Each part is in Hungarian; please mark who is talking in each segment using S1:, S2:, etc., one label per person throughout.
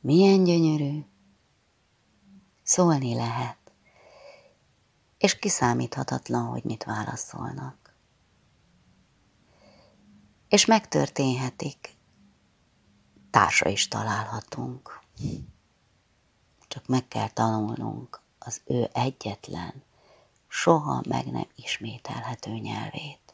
S1: Milyen gyönyörű. Szólni lehet. És kiszámíthatatlan, hogy mit válaszolnak. És megtörténhetik. Társa is találhatunk. Csak meg kell tanulnunk az ő egyetlen, soha meg nem ismételhető nyelvét.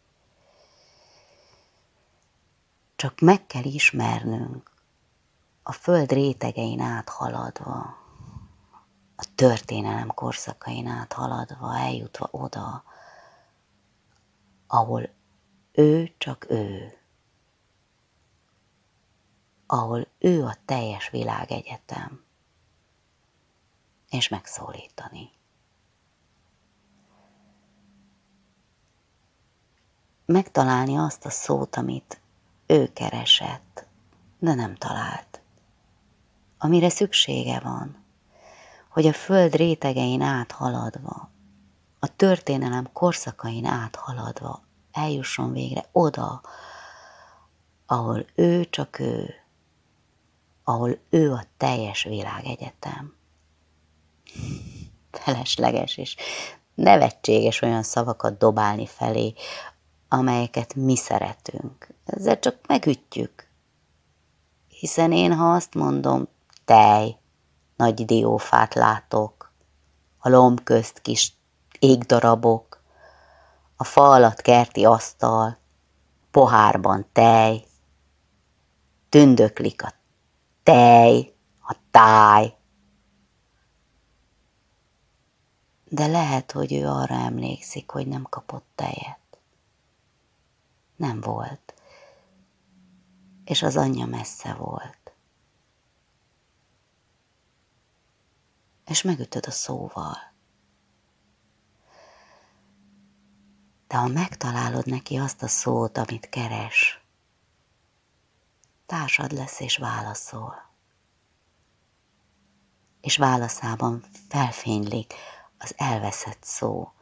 S1: Csak meg kell ismernünk a föld rétegein áthaladva, a történelem korszakain áthaladva, eljutva oda, ahol ő csak ő, ahol ő a teljes világegyetem, és megszólítani. Megtalálni azt a szót, amit ő keresett, de nem talált. Amire szüksége van, hogy a föld rétegein áthaladva, a történelem korszakain áthaladva eljusson végre oda, ahol ő csak ő, ahol ő a teljes világegyetem. Felesleges és nevetséges olyan szavakat dobálni felé, amelyeket mi szeretünk. Ezzel csak megütjük. Hiszen én, ha azt mondom, tej, nagy diófát látok, a lomb közt kis égdarabok, a fa alatt kerti asztal, pohárban tej, tündöklik a tej, a táj. De lehet, hogy ő arra emlékszik, hogy nem kapott tejet. Nem volt. És az anyja messze volt. És megütöd a szóval. De ha megtalálod neki azt a szót, amit keres, társad lesz és válaszol. És válaszában felfénylik az elveszett szó,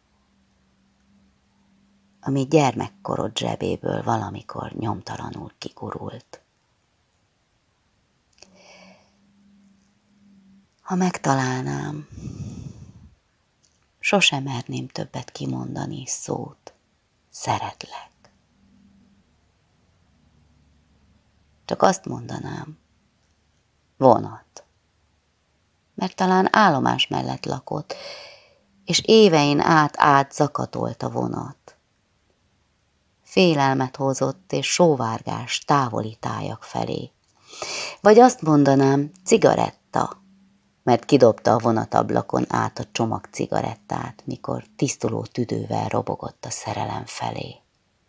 S1: ami gyermekkorod zsebéből valamikor nyomtalanul kigurult. Ha megtalálnám, sosem merném többet kimondani szót, szeretlek. Csak azt mondanám, vonat. Mert talán állomás mellett lakott, és évein át zakatolt a vonat. Félelmet hozott és sóvárgás távoli tájak felé. Vagy azt mondanám, cigaretta, mert kidobta a vonatablakon át a csomag cigarettát, mikor tisztuló tüdővel robogott a szerelem felé.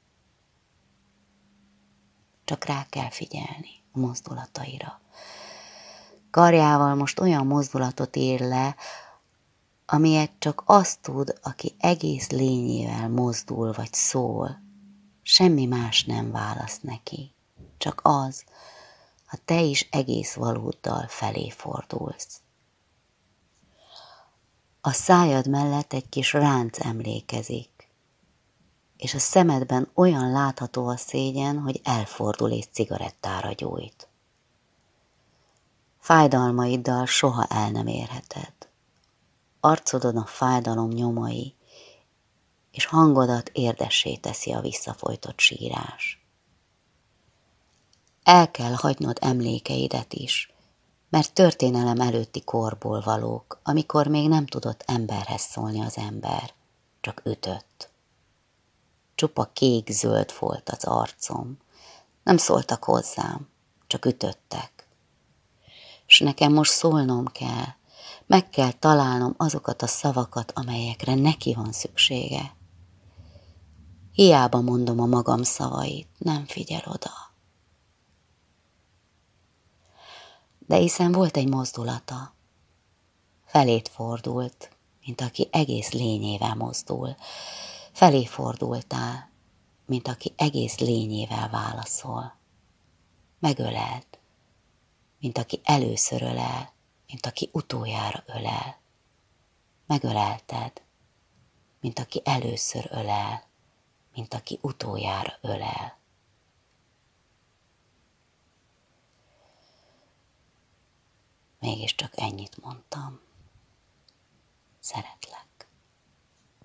S1: Csak rá kell figyelni a mozdulataira. Karjával most olyan mozdulatot ír le, amilyet csak azt tud, aki egész lényével mozdul vagy szól. Semmi más nem válasz neki, csak az, ha te is egész valóddal felé fordulsz. A szájad mellett egy kis ránc emlékezik, és a szemedben olyan látható a szégyen, hogy elfordul és cigarettára gyújt. Fájdalmaiddal soha el nem érheted. Arcodon a fájdalom nyomai, és hangodat érdessé teszi a visszafojtott sírás. El kell hagynod emlékeidet is, mert történelem előtti korból valók, amikor még nem tudott emberhez szólni az ember, csak ütött. Csupa kék-zöld volt az arcom, nem szóltak hozzám, csak ütöttek. S nekem most szólnom kell, meg kell találnom azokat a szavakat, amelyekre neki van szüksége. Hiába mondom a magam szavait, nem figyel oda. De hiszen volt egy mozdulata. Felét fordult, mint aki egész lényével mozdul. Felé fordultál, mint aki egész lényével válaszol. Megölelt, mint aki először ölel, mint aki utoljára ölel. Megölelted, mint aki először ölel, mint aki utoljára ölel. mégiscsak ennyit mondtam. Szeretlek.